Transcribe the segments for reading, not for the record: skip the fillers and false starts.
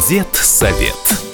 Зет-совет.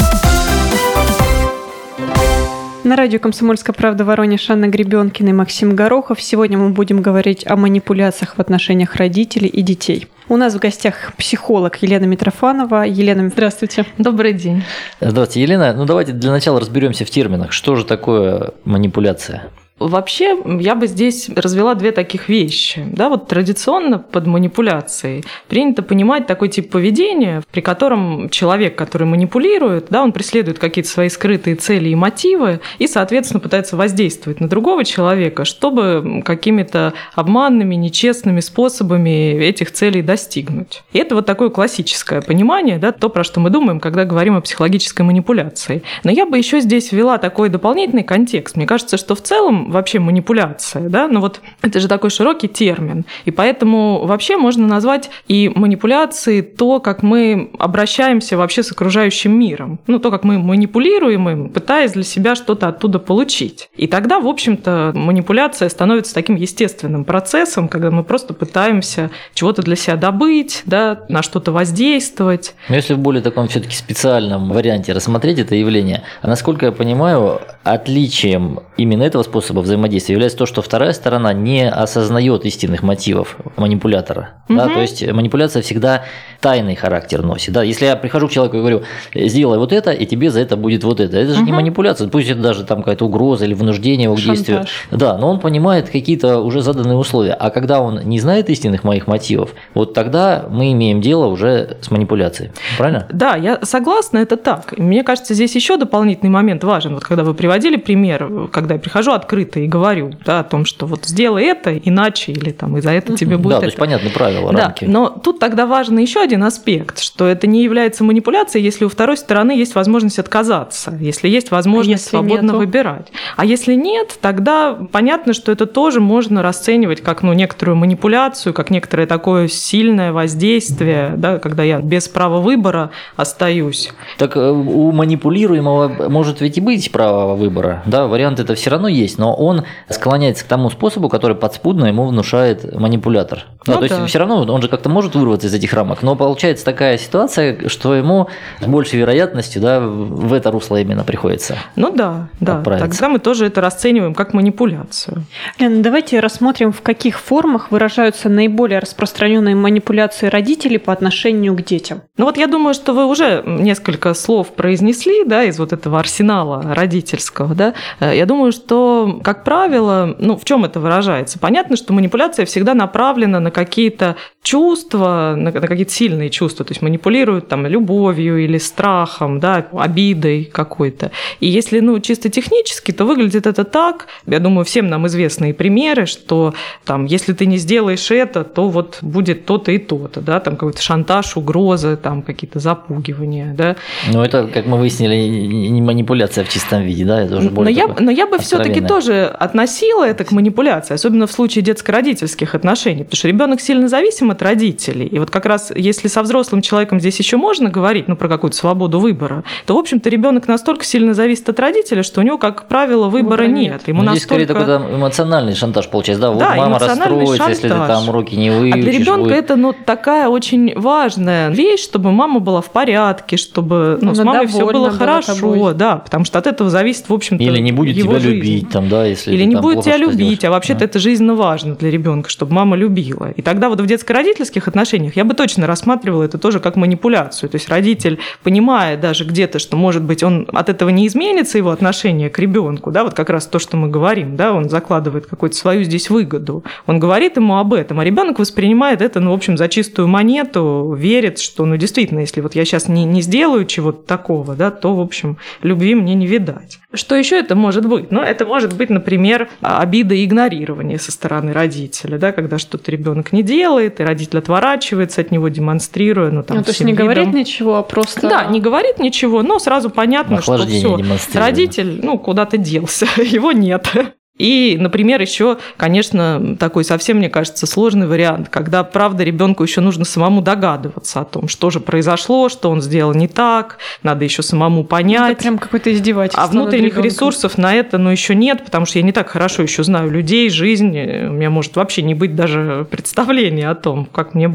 На радио «Комсомольская правда» Воронеж, Анна Гребенкина и Максим Горохов. Сегодня мы будем говорить о манипуляциях в отношениях родителей и детей. У нас в гостях психолог Елена Митрофанова. Елена, здравствуйте. Добрый день. Здравствуйте, Елена. Давайте для начала разберемся в терминах. Что же такое манипуляция? Вообще, я бы здесь развела две таких вещи. Да, вот традиционно под манипуляцией принято понимать такой тип поведения, при котором человек, который манипулирует, да, он преследует какие-то свои скрытые цели и мотивы и, соответственно, пытается воздействовать на другого человека, чтобы какими-то обманными, нечестными способами этих целей достигнуть. И это вот такое классическое понимание, да, то, про что мы думаем, когда говорим о психологической манипуляции. Но я бы еще здесь ввела такой дополнительный контекст. Мне кажется, что в целом вообще манипуляция, да, но вот это же такой широкий термин, и поэтому вообще можно назвать и манипуляцией то, как мы обращаемся вообще с окружающим миром, ну, то, как мы манипулируем им, пытаясь для себя что-то оттуда получить. И тогда, в общем-то, манипуляция становится таким естественным процессом, когда мы просто пытаемся чего-то для себя добыть, да, на что-то воздействовать. Но если в более таком все-таки специальном варианте рассмотреть это явление, а насколько я понимаю, отличием именно этого способа взаимодействия является то, что вторая сторона не осознает истинных мотивов манипулятора. Да? То есть манипуляция всегда тайный характер носит. Да? Если я прихожу к человеку и говорю, сделай вот это, и тебе за это будет вот это. Это же не манипуляция, пусть это даже там какая-то угроза или вынуждение его к действию. Да, но он понимает какие-то уже заданные условия. А когда он не знает истинных моих мотивов, вот тогда мы имеем дело уже с манипуляцией. Правильно? Да, я согласна, это так. Мне кажется, здесь еще дополнительный момент важен. Вот когда вы приводили пример, когда я прихожу открыто и говорю, да, о том, что вот сделай это иначе, или там и за это тебе будет. Да, это. то есть понятны правила, да, рамки. но тут тогда важен еще один аспект, что это не является манипуляцией, если у второй стороны есть возможность отказаться, если есть возможность свободно выбирать. А если нет, тогда понятно, что это тоже можно расценивать как некоторую манипуляцию, как некоторое такое сильное воздействие, да, когда я без права выбора остаюсь. Так у манипулируемого может ведь и быть право выбора, да, вариант это все равно есть, но он склоняется к тому способу, который подспудно ему внушает манипулятор. Да, то есть все равно он же как-то может вырваться из этих рамок, но получается такая ситуация, что ему с большей вероятностью, да, в это русло именно приходится. Ну да, тогда мы тоже это расцениваем как манипуляцию. Лена, давайте рассмотрим, в каких формах выражаются наиболее распространенные манипуляции родителей по отношению к детям. Ну вот я думаю, что вы уже несколько слов произнесли, да, из вот этого арсенала родительского, да. Я думаю, что, как правило, в чем это выражается? Понятно, что манипуляция всегда направлена на какие-то чувства, на какие-то сильные чувства, то есть манипулируют там любовью или страхом, да, обидой какой-то. И если, чисто технически, то выглядит это так, я думаю, всем нам известные примеры, что там, если ты не сделаешь это, то вот будет то-то и то-то, да, там какой-то шантаж, угрозы, там какие-то запугивания, да. Ну, это, как мы выяснили, не манипуляция в чистом виде, да, это уже более но я бы все-таки тоже относила это к манипуляции, особенно в случае детско-родительских отношений, потому что ребенок сильно зависим от родителей. И вот как раз если со взрослым человеком здесь еще можно говорить, про какую-то свободу выбора, то, в общем-то, ребенок настолько сильно зависит от родителя, что у него, как правило, выбора нет. Ему здесь скорее такой эмоциональный шантаж получается, да, вот да, мама расстроится, если ты там уроки не выучишь. А для ребенка это такая очень важная вещь, чтобы мама была в порядке, чтобы с мамой все было хорошо, да, потому что от этого зависит, в общем-то, или не будет его тебя жизнь. Любить, там, да, если или ты не там будет тебя любить, сделаешь. а вообще-то это жизненно важно для ребенка, чтобы мама любила. И тогда вот в детско-родительских отношениях я бы точно рассматривала это тоже как манипуляцию. То есть родитель, понимая даже где-то, что, может быть, он от этого не изменится, его отношение к ребенку, да, вот как раз то, что мы говорим, да, он закладывает какую-то свою здесь выгоду. Он говорит ему об этом, а ребенок воспринимает это, в общем, за чистую монету, верит, что, действительно, если вот я сейчас не сделаю чего-то такого, да, то, в общем, любви мне не видать. Что еще это может быть? Это может быть, например, обида и игнорирование со стороны родителя, да, когда что-то ребенок не делает, и родитель отворачивается от него, демонстрируя, то есть не говорит ничего, а просто... Да, не говорит ничего, но сразу понятно, что все, родитель, куда-то делся, его нет. И, например, еще, конечно, такой совсем, мне кажется, сложный вариант, когда, правда, ребенку еще нужно самому догадываться о том, что же произошло, что он сделал не так, надо еще самому понять. Это прям какое-то издевательство. А внутренних ресурсов на это, еще нет, потому что я не так хорошо еще знаю людей, жизнь, у меня может вообще не быть даже представления о том, как мне быть.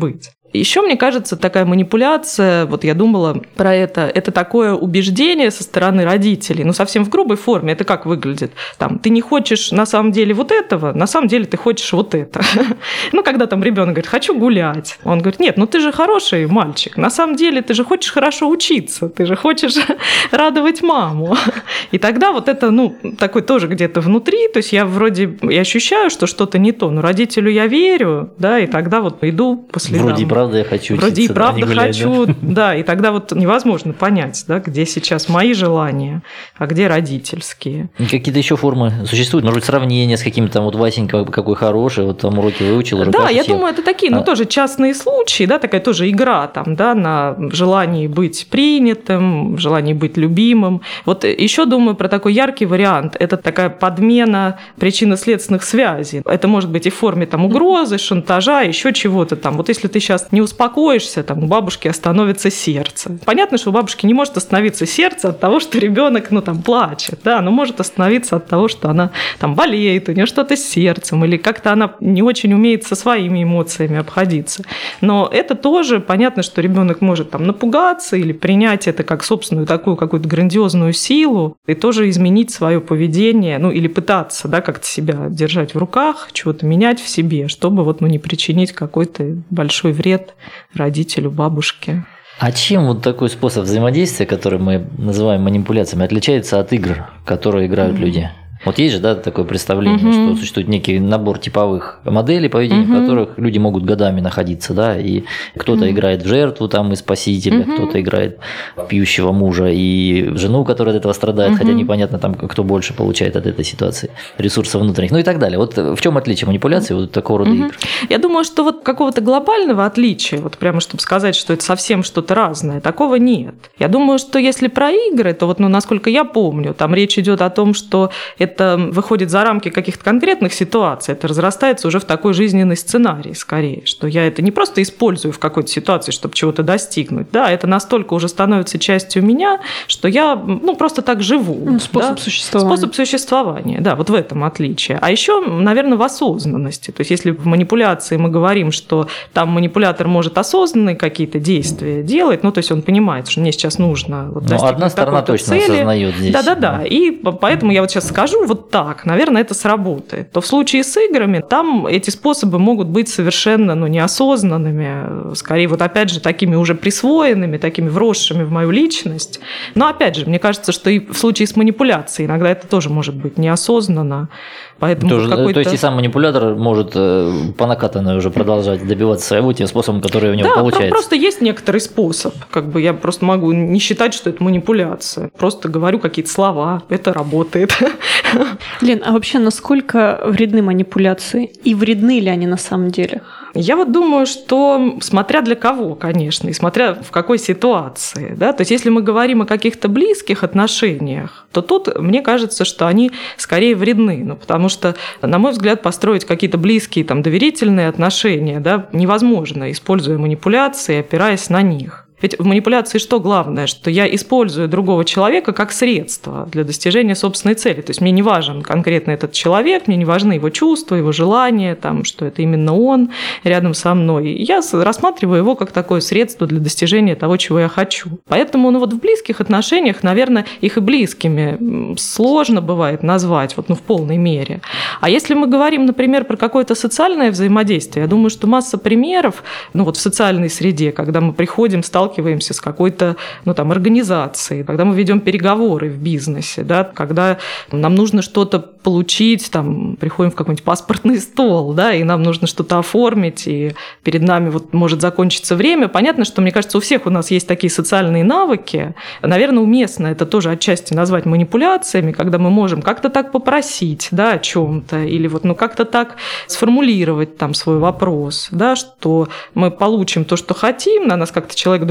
Еще, мне кажется, такая манипуляция, вот я думала про это такое убеждение со стороны родителей, ну, совсем в грубой форме. Это как выглядит? Там, ты не хочешь на самом деле вот этого, на самом деле ты хочешь вот это. Ну, когда там ребенок говорит, хочу гулять. Он говорит, нет, ну ты же хороший мальчик. На самом деле ты же хочешь хорошо учиться, ты же хочешь радовать маму. И тогда вот это, ну, такой тоже где-то внутри, то есть я вроде и ощущаю, что что-то не то, но родителю я верю, да, и тогда вот иду по следам. Вроде и правда я хочу учиться. Вроде и правда гулять, хочу, да, и тогда вот невозможно понять, да, где сейчас мои желания, а где родительские. И какие-то еще формы существуют? Может быть, сравнение с каким-то там вот Васенька какой хороший, вот там уроки выучил, уже да, я думаю, это такие, ну, тоже частные случаи, да, такая тоже игра там, да, на желании быть принятым, желании быть любимым. Вот еще думаю про такой яркий вариант. Это такая подмена причинно-следственных связей. Это может быть и в форме там угрозы, шантажа, еще чего-то там. Вот если ты сейчас не успокоишься, там у бабушки остановится сердце. Понятно, что у бабушки не может остановиться сердце от того, что ребенок, ну, там, плачет, да, оно может остановиться от того, что она там болеет, у нее что-то с сердцем, или как-то она не очень умеет со своими эмоциями обходиться. Но это тоже понятно, что ребенок может там напугаться или принять это как собственную такую какую-то грандиозную силу и тоже изменить свое поведение, ну, или пытаться, да, как-то себя держать в руках, чего-то менять в себе, чтобы вот, ну, не причинить какой-то большой вред родителю, бабушке. А чем вот такой способ взаимодействия, который мы называем манипуляциями, отличается от игр, которые играют люди? Вот есть же, да, такое представление, что существует некий набор типовых моделей поведения, в которых люди могут годами находиться, да, и кто-то играет в жертву там и спасителя, кто-то играет в пьющего мужа и жену, которая от этого страдает, хотя непонятно там, кто больше получает от этой ситуации ресурсов внутренних, ну и так далее. Вот в чем отличие манипуляции вот такого рода игр? Я думаю, что вот какого-то глобального отличия, вот прямо чтобы сказать, что это совсем что-то разное, такого нет. Я думаю, что если про игры, то вот, ну, насколько я помню, там речь идет о том, что это выходит за рамки каких-то конкретных ситуаций, это разрастается уже в такой жизненный сценарий скорее, что я это не просто использую в какой-то ситуации, чтобы чего-то достигнуть, да, это настолько уже становится частью меня, что я, ну, просто так живу. Способ существования. Способ существования, да, вот в этом отличие. А еще, наверное, в осознанности. То есть если в манипуляции мы говорим, что там манипулятор может осознанные какие-то действия делать, ну, то есть он понимает, что мне сейчас нужно вот достигнуть одна сторона точно цели. Осознает здесь. Да. И поэтому я вот сейчас скажу вот так, наверное, это сработает. То в случае с играми там эти способы могут быть совершенно, ну, неосознанными, скорее вот опять же такими уже присвоенными, такими вросшими в мою личность. Но опять же, мне кажется, что и в случае с манипуляцией иногда это тоже может быть неосознанно. Поэтому тоже, то есть и сам манипулятор может по накатанной уже продолжать добиваться своего тем способом, который у него получается. Да, просто есть некоторый способ. Как бы я просто могу не считать, что это манипуляция. Просто говорю какие-то слова, это работает. Лен, а вообще насколько вредны манипуляции? И вредны ли они на самом деле? Я вот думаю, что смотря для кого, конечно, и смотря в какой ситуации. Да? То есть если мы говорим о каких-то близких отношениях, то тут мне кажется, что они скорее вредны. Ну, потому что, на мой взгляд, построить какие-то близкие, там, доверительные отношения, да, невозможно, используя манипуляции, опираясь на них. Ведь в манипуляции что главное? Что я использую другого человека как средство для достижения собственной цели. То есть мне не важен конкретно этот человек, мне не важны его чувства, его желания, там, что это именно он рядом со мной. И я рассматриваю его как такое средство для достижения того, чего я хочу. Поэтому, ну, вот в близких отношениях, наверное, их и близкими сложно бывает назвать вот, ну, в полной мере. А если мы говорим, например, про какое-то социальное взаимодействие, я думаю, что масса примеров, ну, вот в социальной среде, когда мы приходим, сталкиваемся с какой-то, ну, там, организацией, когда мы ведем переговоры в бизнесе, да, когда нам нужно что-то получить, там, приходим в какой-нибудь паспортный стол, да, и нам нужно что-то оформить, и перед нами вот может закончиться время. Понятно, что, мне кажется, у всех у нас есть такие социальные навыки. Наверное, уместно это тоже отчасти назвать манипуляциями, когда мы можем как-то так попросить, да, о чем-то, или вот, ну, как-то так сформулировать там свой вопрос, да, что мы получим то, что хотим, на нас как-то человек другой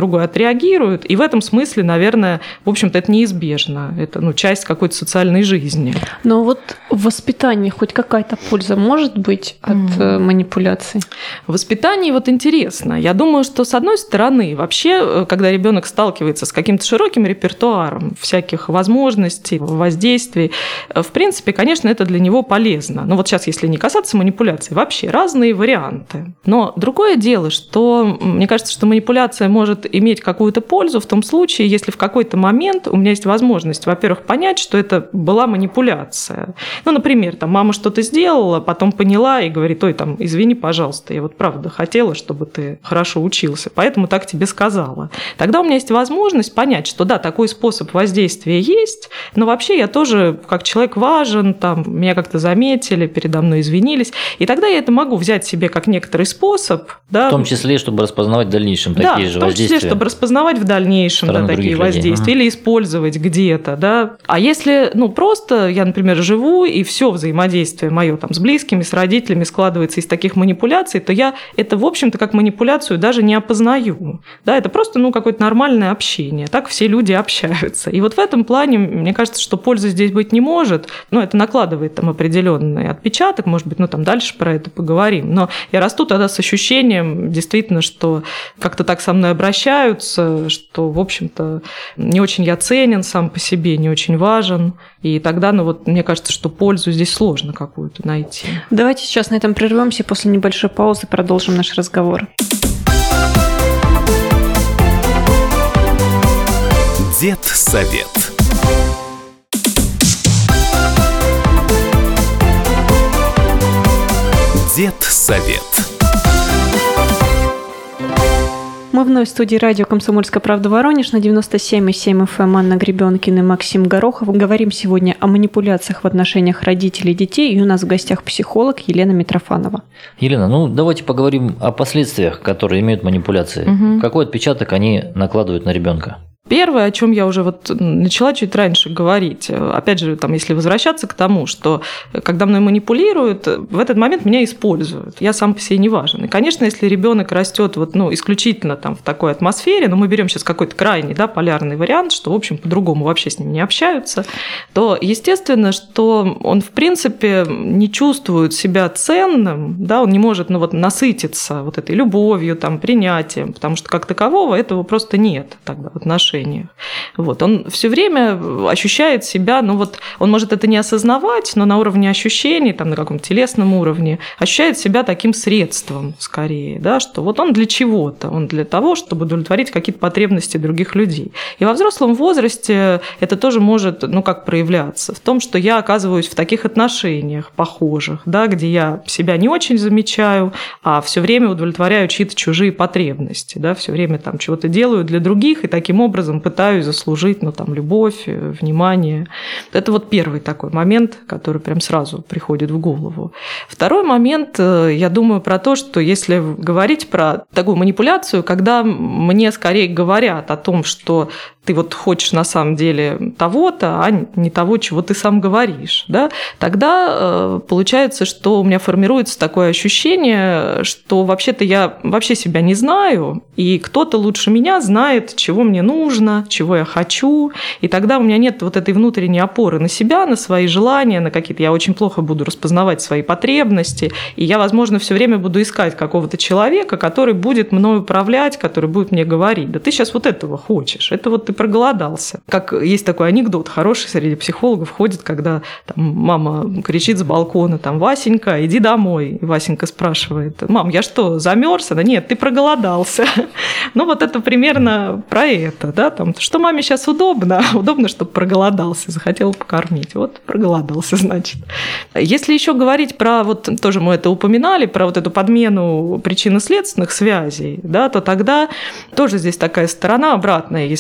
другой отреагируют. И в этом смысле, наверное, в общем-то, это неизбежно. Это часть какой-то социальной жизни. Но вот в воспитании хоть какая-то польза может быть от манипуляций? В воспитании интересно. Я думаю, что с одной стороны, вообще, когда ребенок сталкивается с каким-то широким репертуаром всяких возможностей, воздействий, в принципе, конечно, это для него полезно. Но сейчас, если не касаться манипуляций, вообще разные варианты. Но другое дело, что мне кажется, что манипуляция может иметь какую-то пользу в том случае, если в какой-то момент у меня есть возможность, во-первых, понять, что это была манипуляция. Например, мама что-то сделала, потом поняла и говорит: ой, извини, пожалуйста, я правда хотела, чтобы ты хорошо учился, поэтому так тебе сказала. Тогда у меня есть возможность понять, что да, такой способ воздействия есть, но вообще я тоже как человек важен, меня как-то заметили, передо мной извинились, и тогда я это могу взять себе как некоторый способ. Да, в том числе, чтобы распознавать в дальнейшем такие же воздействия. Да, в том числе, чтобы распознавать в дальнейшем такие воздействия или использовать где-то. Да. А если просто я, например, живу, и все взаимодействие мое с близкими, с родителями складывается из таких манипуляций, то я это, в общем-то, как манипуляцию даже не опознаю. Да, это просто какое-то нормальное общение. Так все люди общаются. И в этом плане, мне кажется, что пользы здесь быть не может. Это накладывает определенный отпечаток, может быть, дальше про это поговорим. Но я расту тогда с ощущением, действительно, что как-то так со мной обращаются, что, в общем-то, не очень я ценен сам по себе, не очень важен. И тогда, мне кажется, что пользу здесь сложно какую-то найти. Давайте сейчас на этом прервемся, после небольшой паузы продолжим наш разговор. Дед-совет. Дед-совет. Мы вновь в студии радио «Комсомольская правда» Воронеж на 97,7 FM. Анна Гребенкина и Максим Горохов. Говорим сегодня о манипуляциях в отношениях родителей и детей. И у нас в гостях психолог Елена Митрофанова. Елена, давайте поговорим о последствиях, которые имеют манипуляции. Какой отпечаток они накладывают на ребенка? Первое, о чем я уже начала чуть раньше говорить, опять же, если возвращаться к тому, что когда мной манипулируют, в этот момент меня используют. Я сам по себе не важен. И, конечно, если ребенок растет исключительно в такой атмосфере, мы берем сейчас какой-то крайний, полярный вариант, что, в общем, по-другому вообще с ним не общаются, то, естественно, что он, в принципе, не чувствует себя ценным, он не может насытиться этой любовью, принятием, потому что как такового этого просто нет тогда в отношениях. Он все время ощущает себя, он может это не осознавать, но на уровне ощущений, на каком-то телесном уровне, ощущает себя таким средством скорее, что он для чего-то, он для того, чтобы удовлетворить какие-то потребности других людей. И во взрослом возрасте это тоже может, как проявляться, в том, что я оказываюсь в таких отношениях похожих, где я себя не очень замечаю, а все время удовлетворяю чьи-то чужие потребности, все время чего-то делаю для других, и таким образом пытаюсь заслужить, любовь, внимание. Это первый такой момент, который прям сразу приходит в голову. Второй момент, я думаю, про то, что если говорить про такую манипуляцию, когда мне скорее говорят о том, что ты хочешь на самом деле того-то, а не того, чего ты сам говоришь, тогда получается, что у меня формируется такое ощущение, что вообще-то я вообще себя не знаю, и кто-то лучше меня знает, чего мне нужно, чего я хочу, и тогда у меня нет этой внутренней опоры на себя, на свои желания, на какие-то... Я очень плохо буду распознавать свои потребности, и я, возможно, все время буду искать какого-то человека, который будет мной управлять, который будет мне говорить: да ты сейчас этого хочешь, это ты проголодался. Как есть такой анекдот хороший среди психологов, ходит, когда мама кричит с балкона: Васенька, иди домой. И Васенька спрашивает: мам, я что, замерз? Она: нет, ты проголодался. Это примерно про это, что маме сейчас удобно, чтобы проголодался, захотела покормить. Проголодался, значит. Если еще говорить про, тоже мы это упоминали, про эту подмену причинно-следственных связей, то тогда тоже здесь такая сторона обратная. Если я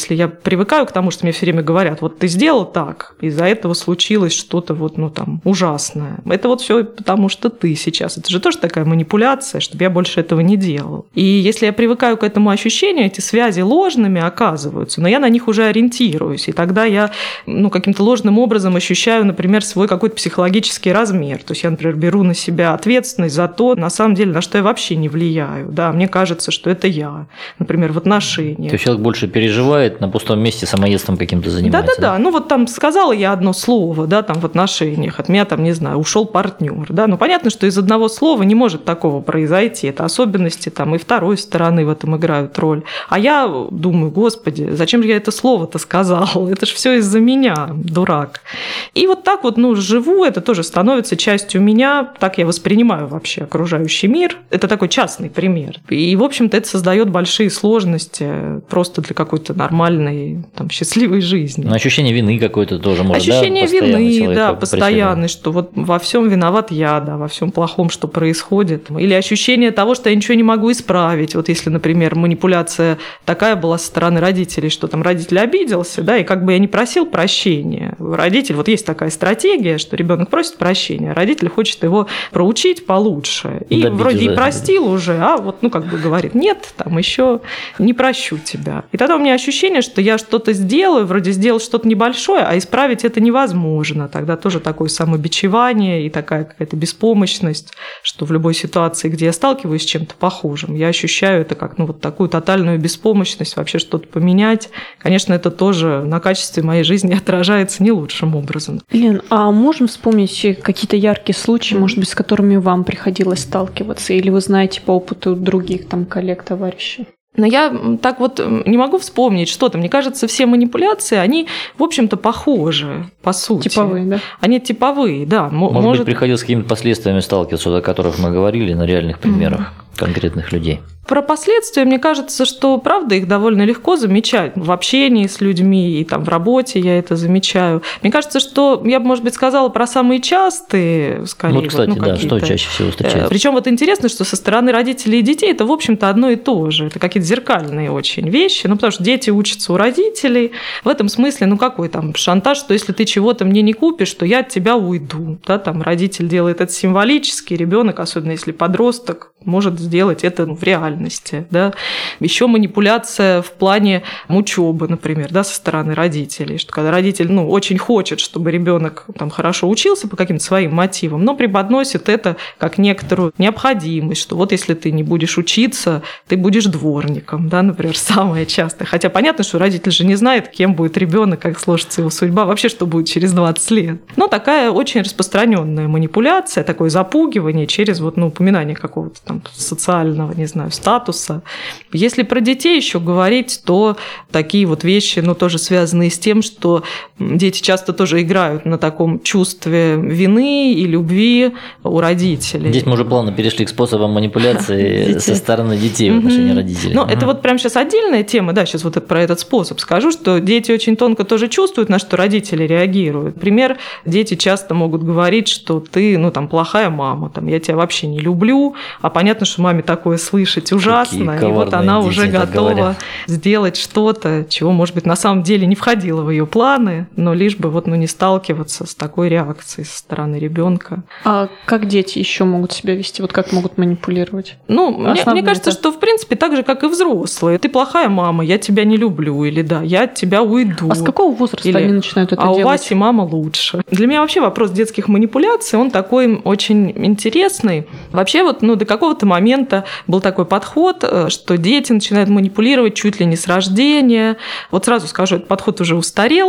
привыкаю к тому, что мне все время говорят, вот ты сделал так, из-за этого случилось что-то вот, ужасное. Это вот все потому, что ты сейчас. Это же тоже такая манипуляция, чтобы я больше этого не делал. И если я привыкаю к этому ощущению, эти связи ложными оказываются, но я на них уже ориентируюсь, и тогда я каким-то ложным образом ощущаю, например, свой какой-то психологический размер. То есть я, например, беру на себя ответственность за то, на самом деле, на что я вообще не влияю. Да, мне кажется, что это я, например, в отношениях. То есть человек больше переживает, на пустом месте самоедством каким-то занимается. Да. Там сказала я одно слово, да, там в отношениях, от меня не знаю, ушел партнер, да, понятно, что из одного слова не может такого произойти, это особенности и второй стороны в этом играют роль. А я думаю, господи, зачем же я это слово-то сказал? Это же все из-за меня, дурак. И вот так вот, живу, это тоже становится частью меня, так я воспринимаю вообще окружающий мир. Это такой частный пример. И, в общем-то, это создает большие сложности просто для какой-то нормальной, счастливой жизни. Но ощущение вины какое-то тоже может, ощущение вины, да, постоянное, что вот во всем виноват я, да, во всем плохом, что происходит. Или ощущение того, что я ничего не могу исправить. Вот если, например, манипуляция такая была со стороны родителей, что родитель обиделся, да, и как бы я не просил прощения. Родитель, вот есть такая стратегия, что ребенок просит прощения, а родитель хочет его проучить получше. И добить вроде уже. И простил уже, а вот, говорит, нет, еще не прощу тебя. И тогда у меня ощущение, что я что-то сделаю, вроде сделал что-то небольшое, а исправить это невозможно. Тогда тоже такое самобичевание и такая какая-то беспомощность, что в любой ситуации, где я сталкиваюсь с чем-то похожим, я ощущаю это как такую тотальную беспомощность, вообще что-то поменять. Конечно, это тоже на качестве моей жизни отражается не лучшим образом. Лен, а можем вспомнить какие-то яркие случаи, может быть, с которыми вам приходилось сталкиваться, или вы знаете по опыту других коллег, товарищей? Но я так вот не могу вспомнить что-то. Мне кажется, все манипуляции, они, в общем-то, похожи, по сути. Типовые, да? Они типовые, да. Может быть, приходилось с какими-то последствиями сталкиваться, о которых мы говорили на реальных примерах конкретных людей. Про последствия, мне кажется, что, правда, их довольно легко замечать. В общении с людьми и в работе я это замечаю. Мне кажется, что я бы, может быть, сказала про самые частые, скорее. Кстати, да, что чаще всего встречается. Причем вот интересно, что со стороны родителей и детей это, в общем-то, одно и то же. Это какие-то зеркальные очень вещи. Потому что дети учатся у родителей. В этом смысле, какой шантаж, что если ты чего-то мне не купишь, то я от тебя уйду. Да, родитель делает это символически, ребенок, особенно если подросток, может сделать это в реальности. Да. Еще манипуляция в плане учебы, например, да, со стороны родителей. Что когда родитель очень хочет, чтобы ребенок хорошо учился по каким-то своим мотивам, но преподносит это как некоторую необходимость, что вот если ты не будешь учиться, ты будешь дворником, да, например, самое частое. Хотя понятно, что родитель же не знает, кем будет ребенок, как сложится его судьба, вообще что будет через 20 лет. Но такая очень распространенная манипуляция, такое запугивание через упоминание какого-то социального, не знаю, статуса. Если про детей еще говорить, то такие вещи, тоже связанные с тем, что дети часто тоже играют на таком чувстве вины и любви у родителей. Здесь мы уже плавно перешли к способам манипуляции со стороны детей в отношении родителей. Это прямо сейчас отдельная тема, да, сейчас про этот способ скажу, что дети очень тонко тоже чувствуют, на что родители реагируют. Например, дети часто могут говорить, что ты, плохая мама, я тебя вообще не люблю, а понятно, что маме такое слышать ужасно, и вот она уже готова сделать что-то, чего, может быть, на самом деле не входило в ее планы, но лишь бы не сталкиваться с такой реакцией со стороны ребенка. А как дети еще могут себя вести? Как могут манипулировать? Мне кажется, что в принципе так же, как и взрослые. Ты плохая мама, я тебя не люблю, или да, я от тебя уйду. А с какого возраста они начинают это делать? А у Васи мама лучше. Для меня вообще вопрос детских манипуляций, он такой очень интересный. Вообще до какого-то момента был такой подход, что дети начинают манипулировать чуть ли не с рождения. Сразу скажу, этот подход уже устарел,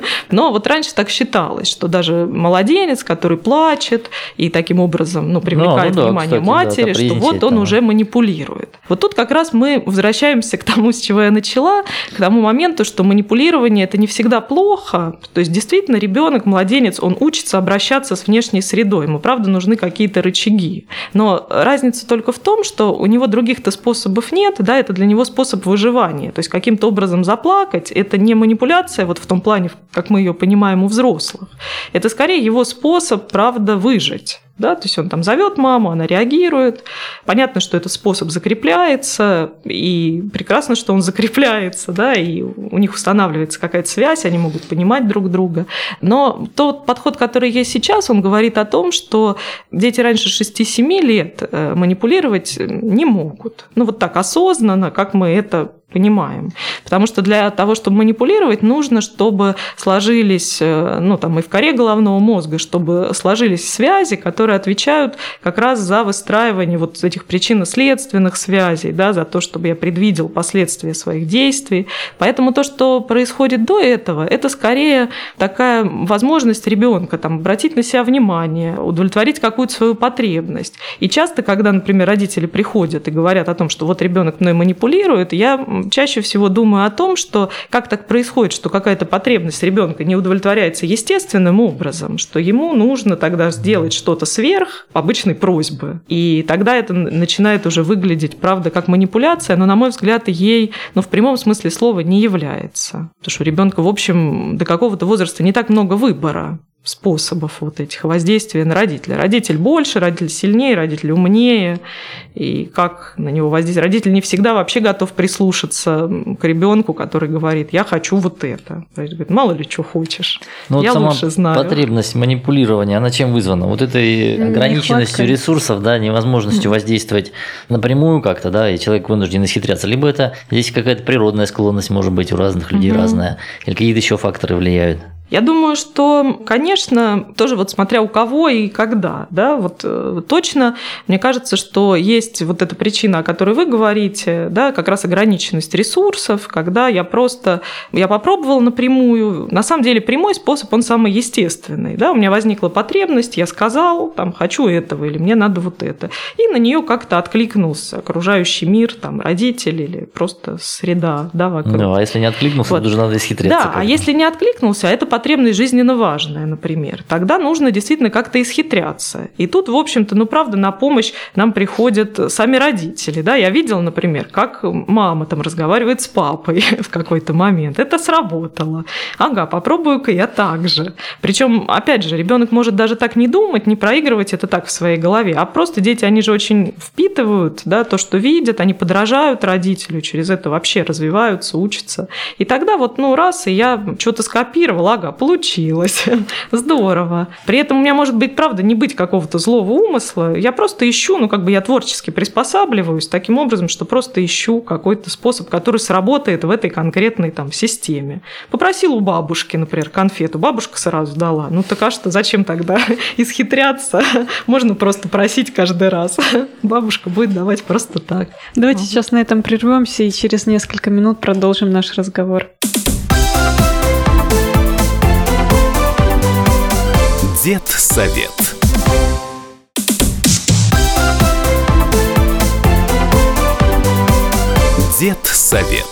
но раньше так считалось, что даже младенец, который плачет и таким образом привлекает внимание матери, что он уже манипулирует. Тут как раз мы возвращаемся к тому, с чего я начала, к тому моменту, что манипулирование это не всегда плохо. То есть действительно ребенок, младенец, он учится обращаться с внешней средой. Ему, правда, нужны какие-то рычаги. Но разница только в том, что у него других-то способов нет, да, это для него способ выживания. То есть каким-то образом заплакать – это не манипуляция в том плане, как мы ее понимаем у взрослых. Это скорее его способ, правда, выжить. Да? То есть он там зовет маму, она реагирует. Понятно, что этот способ закрепляется, и прекрасно, что он закрепляется, да, и у них устанавливается какая-то связь, они могут понимать друг друга. Но тот подход, который есть сейчас, он говорит о том, что дети раньше 6-7 лет манипулировать не могут. Ну, вот так осознанно, как мы это понимаем. Потому что для того, чтобы манипулировать, нужно, чтобы сложились, ну, там и в коре головного мозга, чтобы сложились связи, которые отвечают как раз за выстраивание вот этих причинно-следственных связей, да, за то, чтобы я предвидел последствия своих действий. Поэтому то, что происходит до этого, это скорее такая возможность ребенка там обратить на себя внимание, удовлетворить какую-то свою потребность. И часто, когда, например, родители приходят и говорят о том, что вот ребенок мной манипулирует, я чаще всего думаю о том, что как так происходит, что какая-то потребность ребенка не удовлетворяется естественным образом, что ему нужно тогда сделать что-то сверх обычной просьбы. И тогда это начинает уже выглядеть, правда, как манипуляция, но, на мой взгляд, ей, ну, в прямом смысле слова не является. Потому что у ребенка, в общем, до какого-то возраста не так много выбора способов вот этих воздействия на родителя. Родитель больше, родитель сильнее, родитель умнее. И как на него воздействовать? Родитель не всегда вообще готов прислушаться к ребенку, который говорит: я хочу вот это. Родитель говорит: мало ли что хочешь. Но я вот лучше знаю. Потребность манипулирования, она чем вызвана? Вот этой ограниченностью ресурсов, да, невозможностью воздействовать напрямую как-то, да, и человек вынужден исхитряться. Либо это здесь какая-то природная склонность может быть у разных людей разная, или какие-то еще факторы влияют. Я думаю, что, конечно, тоже вот смотря у кого и когда, да, вот точно, мне кажется, что есть вот эта причина, о которой вы говорите, да, как раз ограниченность ресурсов, когда я попробовала напрямую, на самом деле прямой способ, он самый естественный, да, у меня возникла потребность, я сказал, там, хочу этого или мне надо вот это, и на нее как-то откликнулся окружающий мир, там, родители или просто среда, да, вокруг. Ну, а если не откликнулся, вот. То уже надо исхитряться. Да, как-то. А если не откликнулся, это потребность жизненно важная, например, тогда нужно действительно как-то исхитряться. И тут, в общем-то, ну, правда, на помощь нам приходят сами родители. Да? Я видела, например, как мама там разговаривает с папой в какой-то момент. Это сработало. Ага, попробую-ка я так же. Причем, опять же, ребенок может даже так не думать, не проигрывать это так в своей голове, а просто дети, они же очень впитывают, да, то, что видят, они подражают родителю, через это вообще развиваются, учатся. И тогда вот, ну, раз, и я что-то скопировала, ага, получилось, здорово. При этом у меня может быть, правда, не быть какого-то злого умысла, я просто ищу, ну, как бы я творчески приспосабливаюсь таким образом, что просто ищу какой-то способ, который сработает в этой конкретной там системе. Попросил у бабушки, например, конфету, бабушка сразу дала. Ну, так а что, зачем тогда исхитряться? Можно просто просить каждый раз. Бабушка будет давать просто так. Давайте сейчас на этом прервемся и через несколько минут продолжим наш разговор. Дед-совет. Дед-совет.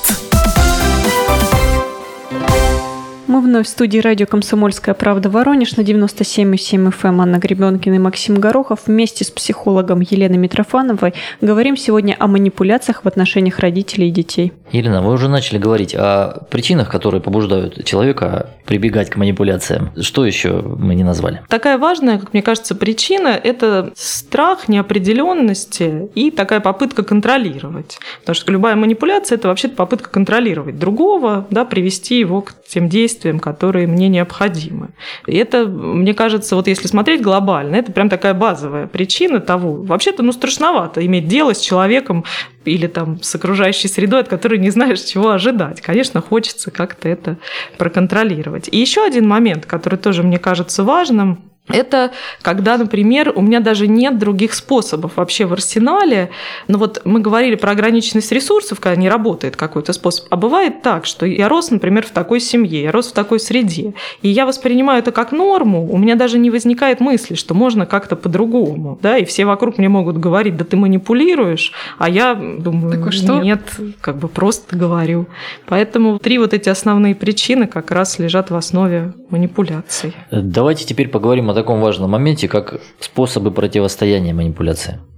Мы вновь в студии радио «Комсомольская правда» Воронеж на 97,7 FM. Анна Гребенкина и Максим Горохов вместе с психологом Еленой Митрофановой говорим сегодня о манипуляциях в отношениях родителей и детей. Елена, вы уже начали говорить о причинах, которые побуждают человека прибегать к манипуляциям. Что еще мы не назвали? Такая важная, как мне кажется, причина – это страх неопределенности и такая попытка контролировать. Потому что любая манипуляция – это вообще-то попытка контролировать другого, да, привести его к тем действиям, которые мне необходимы. И это, мне кажется, вот если смотреть глобально, это прям такая базовая причина того. Вообще-то, ну, страшновато иметь дело с человеком или там с окружающей средой, от которой не знаешь, чего ожидать. Конечно, хочется как-то это проконтролировать. И еще один момент, который тоже мне кажется важным, это когда, например, у меня даже нет других способов вообще в арсенале. Но вот мы говорили про ограниченность ресурсов, когда не работает какой-то способ. А бывает так, что я рос, например, в такой семье, я рос в такой среде, и я воспринимаю это как норму, у меня даже не возникает мысли, что можно как-то по-другому. Да? И все вокруг мне могут говорить: да ты манипулируешь, а я думаю, нет, как бы просто говорю. Поэтому 3 вот эти основные причины как раз лежат в основе манипуляций. Давайте теперь поговорим о таком важном моменте, как способы противостояния манипуляции.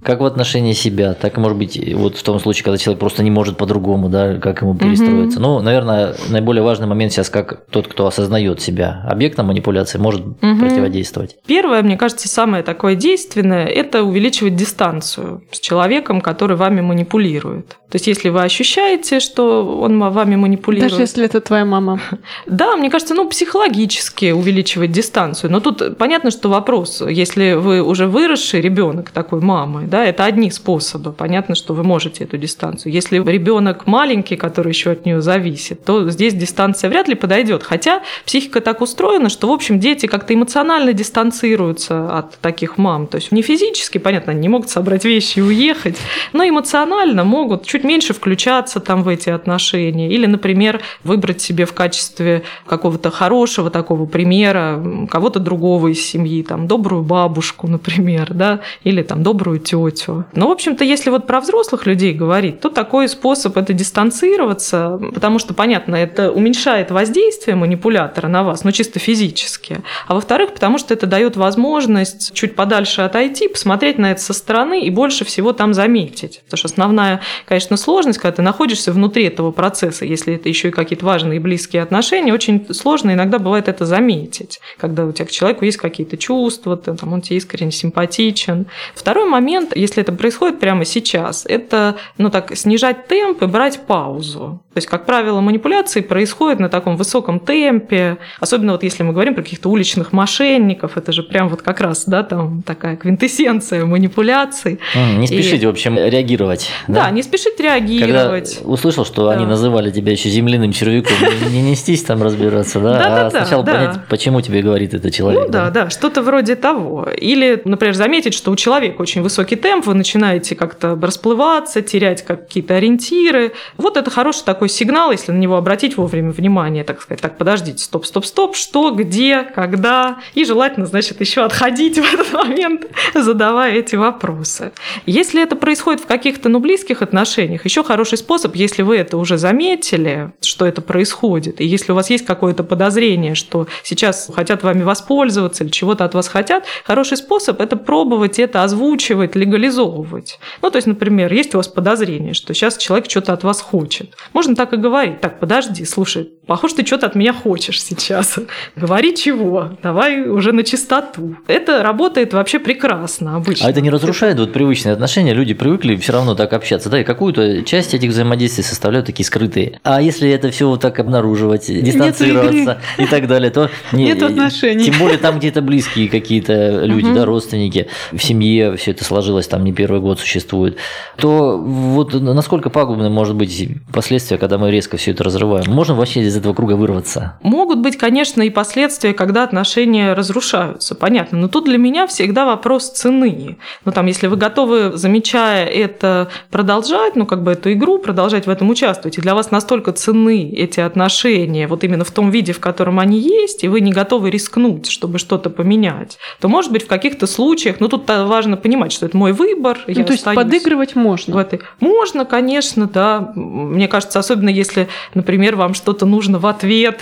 как в отношении себя, так и, может быть, вот в том случае, когда человек просто не может по-другому, да, как ему перестроиться. Ну, наверное, наиболее важный момент сейчас, как тот, кто осознает себя объектом манипуляции, может противодействовать. Первое, мне кажется, самое такое действенное – это увеличивать дистанцию с человеком, который вами манипулирует. То есть, если вы ощущаете, что он вами манипулирует… Даже если это твоя мама. Да, мне кажется, психологически увеличивать дистанцию. Но тут понятно, что вопрос, если вы уже выросший ребенок такой мамы, да, это одни способы. Понятно, что вы можете эту дистанцию. Если ребенок маленький, который еще от нее зависит, то здесь дистанция вряд ли подойдет. Хотя психика так устроена, что, в общем, дети как-то эмоционально дистанцируются от таких мам. То есть не физически, понятно, они не могут собрать вещи и уехать, но эмоционально могут чуть меньше включаться там в эти отношения. Или, например, выбрать себе в качестве какого-то хорошего такого примера кого-то другого из семьи, там, добрую бабушку, например, да, или там добрую тетю. Но, в общем-то, если вот про взрослых людей говорить, то такой способ – это дистанцироваться, потому что, понятно, это уменьшает воздействие манипулятора на вас, чисто физически. А во-вторых, потому что это дает возможность чуть подальше отойти, посмотреть на это со стороны и больше всего там заметить. Потому что основная, конечно, сложность, когда ты находишься внутри этого процесса, если это еще и какие-то важные и близкие отношения, очень сложно иногда бывает это заметить, когда у тебя к человеку есть какие-то чувства, он тебе искренне симпатичен. Второй момент, если это происходит прямо сейчас, это снижать темп и брать паузу. То есть, как правило, манипуляции происходят на таком высоком темпе, особенно вот если мы говорим про каких-то уличных мошенников, это же прям вот как раз, да, там такая квинтэссенция манипуляций. Не спешите, в общем, реагировать. Да, не спешить реагировать. Когда услышал, что они называли тебя еще земляным червяком, не нестись там разбираться, да, а сначала понять, почему тебе говорит этот человек. Да, что-то вроде того. Или, например, заметить, что у человека очень высокий темп, вы начинаете как-то расплываться, терять какие-то ориентиры. Вот это хороший такой сигнал, если на него обратить вовремя внимание, так сказать, так, подождите, стоп, что, где, когда, и желательно, значит, еще отходить в этот момент, задавая эти вопросы. Если это происходит в каких-то, близких отношениях, еще хороший способ, если вы это уже заметили, что это происходит, и если у вас есть какое-то подозрение, что сейчас хотят вами воспользоваться или чего-то от вас хотят, хороший способ – это пробовать это озвучивать, легализовывать. То есть, например, есть у вас подозрение, что сейчас человек что-то от вас хочет. Можно так и говорить. Так, подожди, слушай, похоже, ты что-то от меня хочешь сейчас. Говори чего? Давай уже на чистоту. Это работает вообще прекрасно обычно. А это не разрушает привычные отношения? Люди привыкли все равно так общаться, да, и какую-то часть этих взаимодействий составляют такие скрытые. А если это все вот так обнаруживать, дистанцироваться и так далее, то нет отношений. Тем более там где-то близкие какие-то люди, да, родственники, в семье все это сложилось, там не первый год существует, то вот насколько пагубны может быть последствия, когда мы резко все это разрываем? Можно вообще из этого круга вырваться? Могут быть, конечно, и последствия, когда отношения разрушаются, понятно. Но тут для меня всегда вопрос цены. Если вы готовы, замечая это, продолжать, эту игру, продолжать в этом участвовать, и для вас настолько ценны эти отношения, вот именно в том виде, в котором они есть, и вы не готовы рискнуть, чтобы что-то поменять, то, может быть, в каких-то случаях, тут важно понимать, что это мой выбор, я то есть подыгрывать можно? Можно, конечно, да. Мне кажется, особенно если, например, вам что-то нужно в ответ,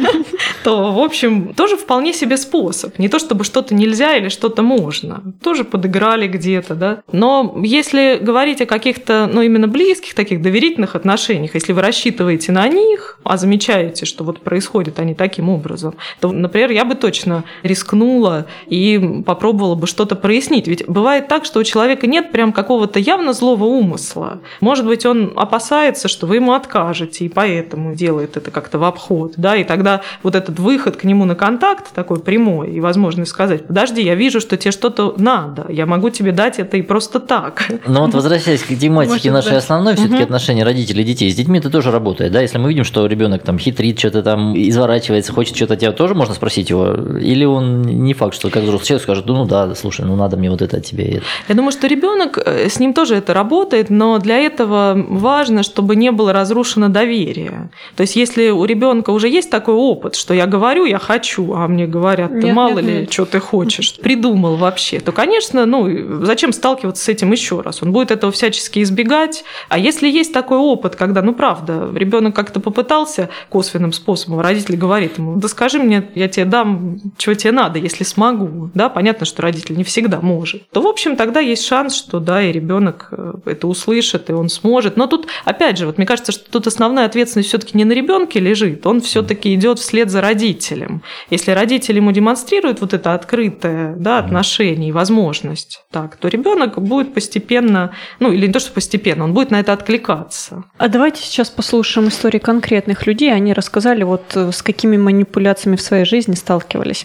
то, в общем, тоже вполне себе способ. Не то, чтобы что-то нельзя или что-то можно. Тоже подыграли где-то, да. Но если говорить о каких-то, именно близких, таких доверительных отношениях, если вы рассчитываете на них, а замечаете, что вот происходят они таким образом, то, например, я бы точно рискнула и попробовала бы что-то прояснить. Ведь бывает так, что у человека нет прям какого-то явно злого умысла. Может быть, он опасается, что вы ему откажете, и поэтому делает это как-то в обход, да, и тогда вот этот выход к нему на контакт такой прямой и возможность сказать: подожди, я вижу, что тебе что-то надо, я могу тебе дать это и просто так. Но возвращаясь к тематике нашей основной, все-таки отношения родителей и детей, с детьми это тоже работает, да, если мы видим, что ребенок там хитрит, что-то там изворачивается, хочет что-то от тебя, тоже можно спросить его, или он не факт, что как взрослый человек скажет: да, слушай, надо мне вот это от тебя. Я думаю, что ребенок, с ним тоже это работает, но для этого важно, чтобы не было разрушено доверие. То есть, если у ребенка уже есть такой опыт, что я говорю, я хочу, а мне говорят, ты мало ли, что ты хочешь, придумал вообще, то, конечно, зачем сталкиваться с этим еще раз? Он будет этого всячески избегать. А если есть такой опыт, когда, правда, ребенок как-то попытался косвенным способом, родитель говорит ему, да скажи мне, я тебе дам, чего тебе надо, если смогу. Да, понятно, что родитель не всегда может. То, в общем, тогда есть шанс, что, да, и ребенок это услышит, и он сможет. Но тут, опять же, мне кажется, что тут основная ответственность все-таки не на ребенке лежит, он все-таки идет вслед за родителем. Если родитель ему демонстрирует вот это открытое, да, отношение и возможность, так, то ребенок будет постепенно, или не то, что постепенно, он будет на это откликаться. А давайте сейчас послушаем истории конкретных людей. Они рассказали, с какими манипуляциями в своей жизни сталкивались.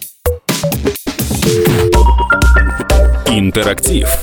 Интерактив.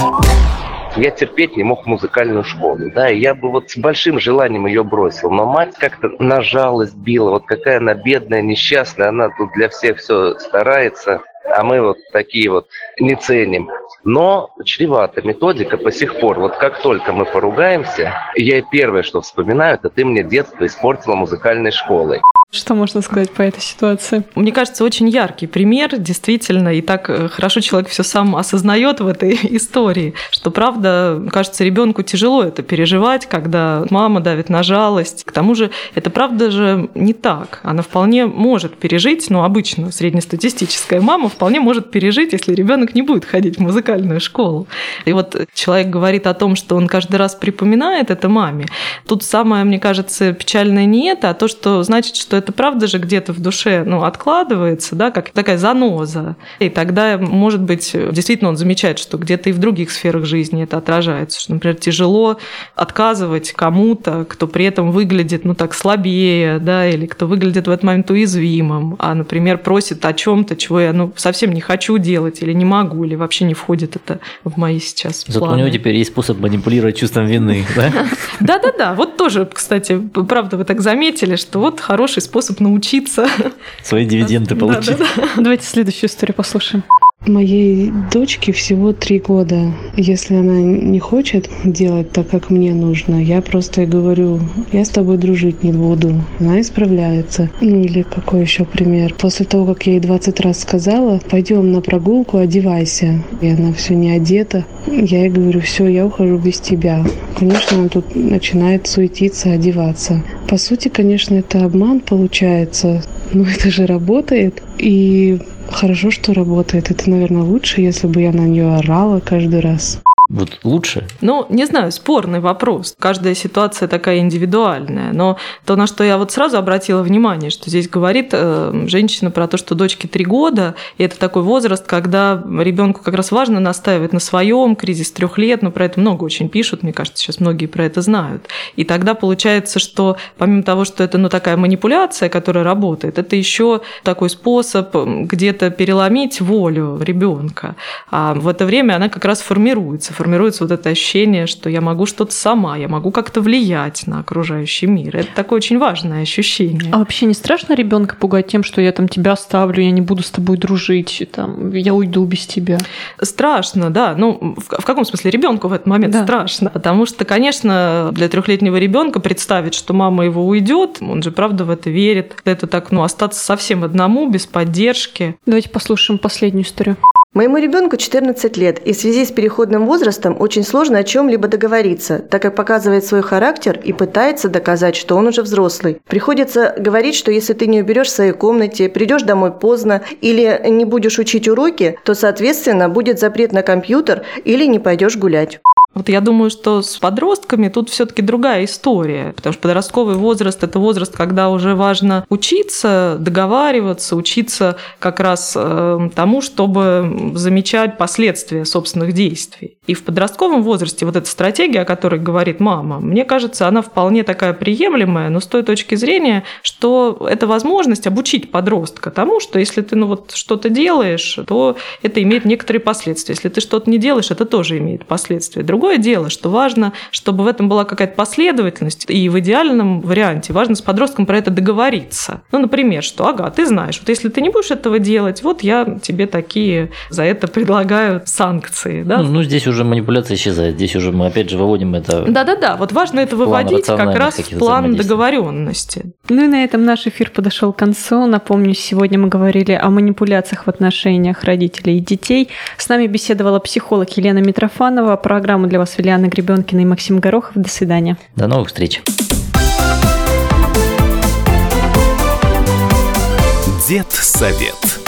Я терпеть не мог музыкальную школу, да, и я бы с большим желанием ее бросил, но мать как-то на жалость била, какая она бедная, несчастная, она тут для всех все старается, а мы такие не ценим. Но чревата методика по сих пор. Как только мы поругаемся, я первое, что вспоминаю, это ты мне детство испортила музыкальной школой. Что можно сказать по этой ситуации? Мне кажется, очень яркий пример, действительно, и так хорошо человек все сам осознает в этой истории, что, правда, кажется, ребенку тяжело это переживать, когда мама давит на жалость. К тому же, это правда же не так. Она вполне может пережить, обычно среднестатистическая мама вполне может пережить, если ребенок не будет ходить в музыкальную школу. И человек говорит о том, что он каждый раз припоминает это маме. Тут самое, мне кажется, печальное не это, а то, что значит, что это правда же где-то в душе откладывается, да, как такая заноза. И тогда, может быть, действительно он замечает, что где-то и в других сферах жизни это отражается. Что, например, тяжело отказывать кому-то, кто при этом выглядит так слабее, да, или кто выглядит в этот момент уязвимым, а, например, просит о чем-то, чего я совсем не хочу делать или не могу, или вообще не входит это в мои сейчас планы. Зато у него теперь есть способ манипулировать чувством вины, да? Да-да-да. Тоже, кстати, правда, вы так заметили, что хороший способ научиться. Свои дивиденды получить. Давайте следующую историю послушаем. Моей дочке всего 3 года. Если она не хочет делать так, как мне нужно, я просто ей говорю, я с тобой дружить не буду. Она исправляется. Или какой еще пример? После того, как я ей 20 раз сказала, пойдем на прогулку, одевайся. И она все не одета. Я ей говорю, все, я ухожу без тебя. Конечно, она тут начинает суетиться, одеваться. По сути, конечно, это обман получается. Но это же работает. И хорошо, что работает. Это, наверное, лучше, если бы я на нее орала каждый раз. Лучше? Не знаю, спорный вопрос. Каждая ситуация такая индивидуальная. Но то, на что я сразу обратила внимание, что здесь говорит женщина про то, что дочке 3 года, и это такой возраст, когда ребенку как раз важно настаивать на своем, кризис 3 лет, про это много очень пишут, мне кажется, сейчас многие про это знают. И тогда получается, что помимо того, что это такая манипуляция, которая работает, это еще такой способ где-то переломить волю ребенка. А в это время она как раз формируется это ощущение, что я могу что-то сама, я могу как-то влиять на окружающий мир. Это такое очень важное ощущение. А вообще не страшно ребенка пугать тем, что я тебя оставлю, я не буду с тобой дружить, я уйду без тебя? Страшно, да. В каком смысле ребенку в этот момент страшно? Потому что, конечно, для 3-летнего ребенка представить, что мама его уйдет, он же правда в это верит. Это так, остаться совсем одному, без поддержки. Давайте послушаем последнюю историю. Моему ребенку 14 лет, и в связи с переходным возрастом очень сложно о чем-либо договориться, так как показывает свой характер и пытается доказать, что он уже взрослый. Приходится говорить, что если ты не уберешь в своей комнате, придешь домой поздно или не будешь учить уроки, то, соответственно, будет запрет на компьютер или не пойдешь гулять. Я думаю, что с подростками тут все-таки другая история, потому что подростковый возраст – это возраст, когда уже важно учиться, договариваться, учиться как раз тому, чтобы замечать последствия собственных действий. И в подростковом возрасте эта стратегия, о которой говорит мама, мне кажется, она вполне такая приемлемая, но с той точки зрения, что это возможность обучить подростка тому, что если ты что-то делаешь, то это имеет некоторые последствия. Если ты что-то не делаешь, это тоже имеет последствия. Другое Другое дело, что важно, чтобы в этом была какая-то последовательность, и в идеальном варианте важно с подростком про это договориться. Ну, например, что, ага, ты знаешь, вот если ты не будешь этого делать, вот я тебе такие за это предлагаю санкции. Да? Ну, здесь уже манипуляция исчезает, здесь уже мы опять же выводим это. Да-да-да, вот важно это выводить как раз в план договоренности. Ну и на этом наш эфир подошел к концу. Напомню, сегодня мы говорили о манипуляциях в отношениях родителей и детей. С нами беседовала психолог Елена Митрофанова. Программу для вас вели Анна Гребенкина и Максим Горохов. До свидания. До новых встреч. Дед Совет.